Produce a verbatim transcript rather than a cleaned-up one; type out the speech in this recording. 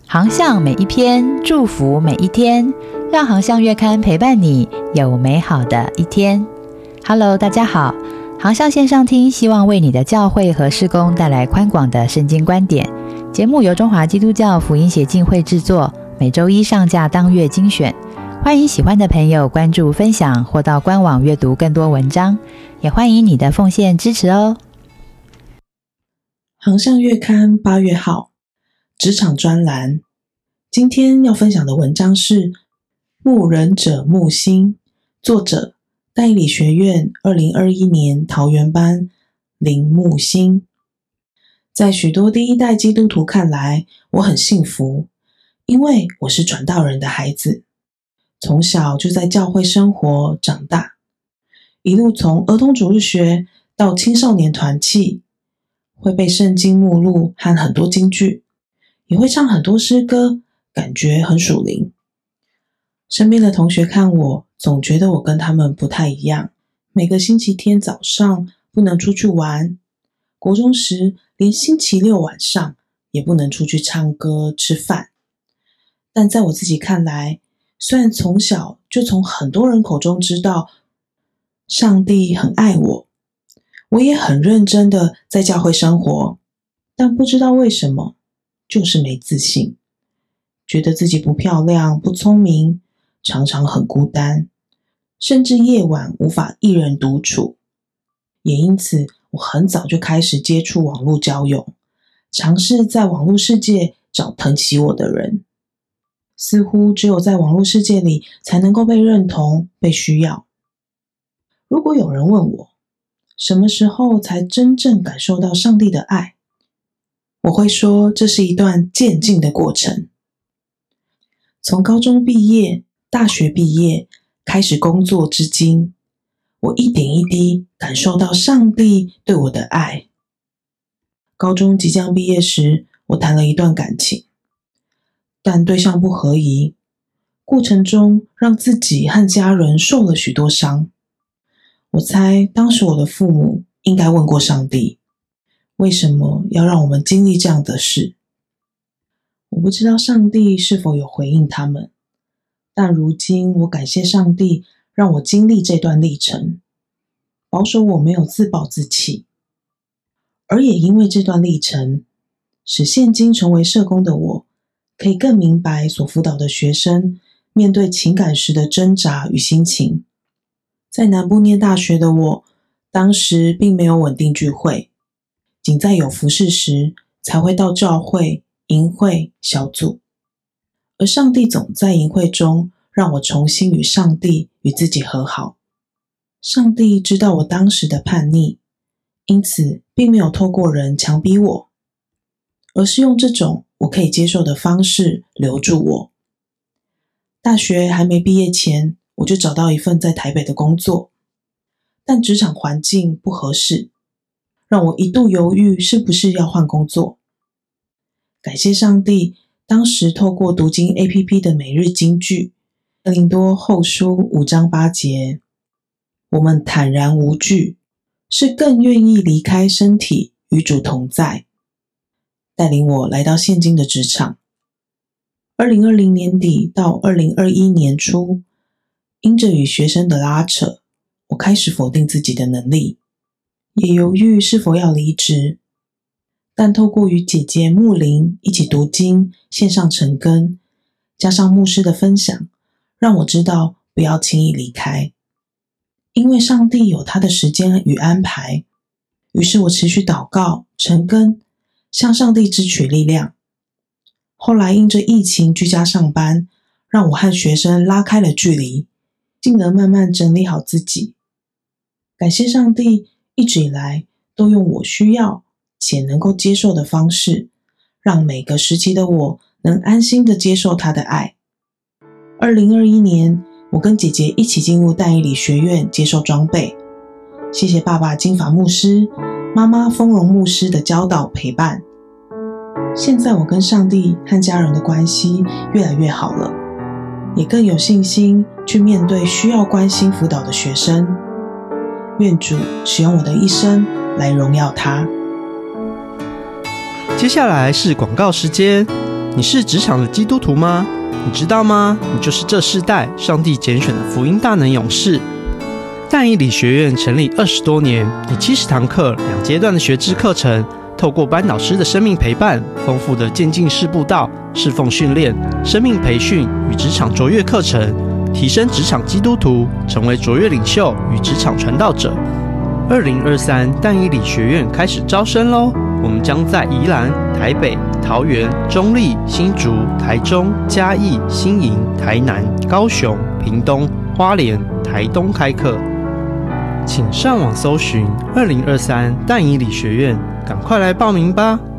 航向每一篇，祝福每一天，让航向月刊陪伴你有美好的一天。Hello， 大家好，航向线上听，希望为你的教会和事工带来宽广的圣经观点。节目由中华基督教福音协进会制作，每周一上架当月精选。欢迎喜欢的朋友关注分享，或到官网阅读更多文章，也欢迎你的奉献支持哦。 航向月刊八月号职场专栏，今天要分享的文章是牧人者木星，作者代理学院二零二一年桃园班林木星。在许多第一代基督徒看来，我很幸福，因为我是传道人的孩子，从小就在教会生活长大，一路从儿童主日学到青少年团契，会背圣经目录和很多金句，也会唱很多诗歌，感觉很属灵。身边的同学看我，总觉得我跟他们不太一样。每个星期天早上不能出去玩，国中时连星期六晚上也不能出去唱歌吃饭。但在我自己看来，虽然从小就从很多人口中知道上帝很爱我，我也很认真的在教会生活，但不知道为什么就是没自信，觉得自己不漂亮不聪明，常常很孤单，甚至夜晚无法一人独处。也因此我很早就开始接触网络交友，尝试在网络世界找疼惜我的人。似乎只有在网络世界里才能够被认同被需要。如果有人问我什么时候才真正感受到上帝的爱，我会说这是一段渐进的过程。从高中毕业大学毕业开始工作至今，我一点一滴感受到上帝对我的爱。高中即将毕业时，我谈了一段感情，但对象不合宜，过程中让自己和家人受了许多伤。我猜当时我的父母应该问过上帝，为什么要让我们经历这样的事？我不知道上帝是否有回应他们，但如今我感谢上帝让我经历这段历程，保守我没有自暴自弃。而也因为这段历程，使现今成为社工的我可以更明白所辅导的学生面对情感时的挣扎与心情。在南部念大学的我，当时并没有稳定聚会，仅在有服事时才会到教会、营会、小组。而上帝总在营会中让我重新与上帝与自己和好。上帝知道我当时的叛逆，因此并没有透过人强逼我，而是用这种我可以接受的方式留住我。大学还没毕业前，我就找到一份在台北的工作，但职场环境不合适，让我一度犹豫是不是要换工作。感谢上帝，当时透过读经 A P P 的每日金句，哥林多后书五章八节，我们坦然无惧，是更愿意离开身体与主同在，带领我来到现今的职场。二零二零年底到二零二一年初，因着与学生的拉扯，我开始否定自己的能力，也犹豫是否要离职。但透过与姐姐木林一起读经，线上晨更，加上牧师的分享，让我知道不要轻易离开，因为上帝有他的时间与安排。于是我持续祷告晨更，向上帝支取力量。后来因着疫情居家上班，让我和学生拉开了距离，进而慢慢整理好自己。感谢上帝一直以来都用我需要且能够接受的方式，让每个时期的我能安心的接受他的爱。二零二一年，我跟姐姐一起进入但以理学院接受装备。谢谢爸爸金法牧师、妈妈丰荣牧师的教导陪伴。现在我跟上帝和家人的关系越来越好了，也更有信心去面对需要关心辅导的学生。愿主使用我的一生来荣耀他。 接下来是广告时间。 你是职场的基督徒吗？你知道吗？你就是这世代上帝拣选的福音大能勇士。但以理学院成立二十多年，以七十堂课、两阶段的学制课程，透过班导师的生命陪伴、丰富的渐进式布道、侍奉训练、生命培训与职场卓越课程，提升职场基督徒，成为卓越领袖与职场传道者。二零二三但以理学院开始招生喽！我们将在宜兰、台北、桃园、中坜、新竹、台中、嘉义、新营、台南、高雄、屏东、花莲、台东开课。请上网搜寻二零二三但以理学院，赶快来报名吧！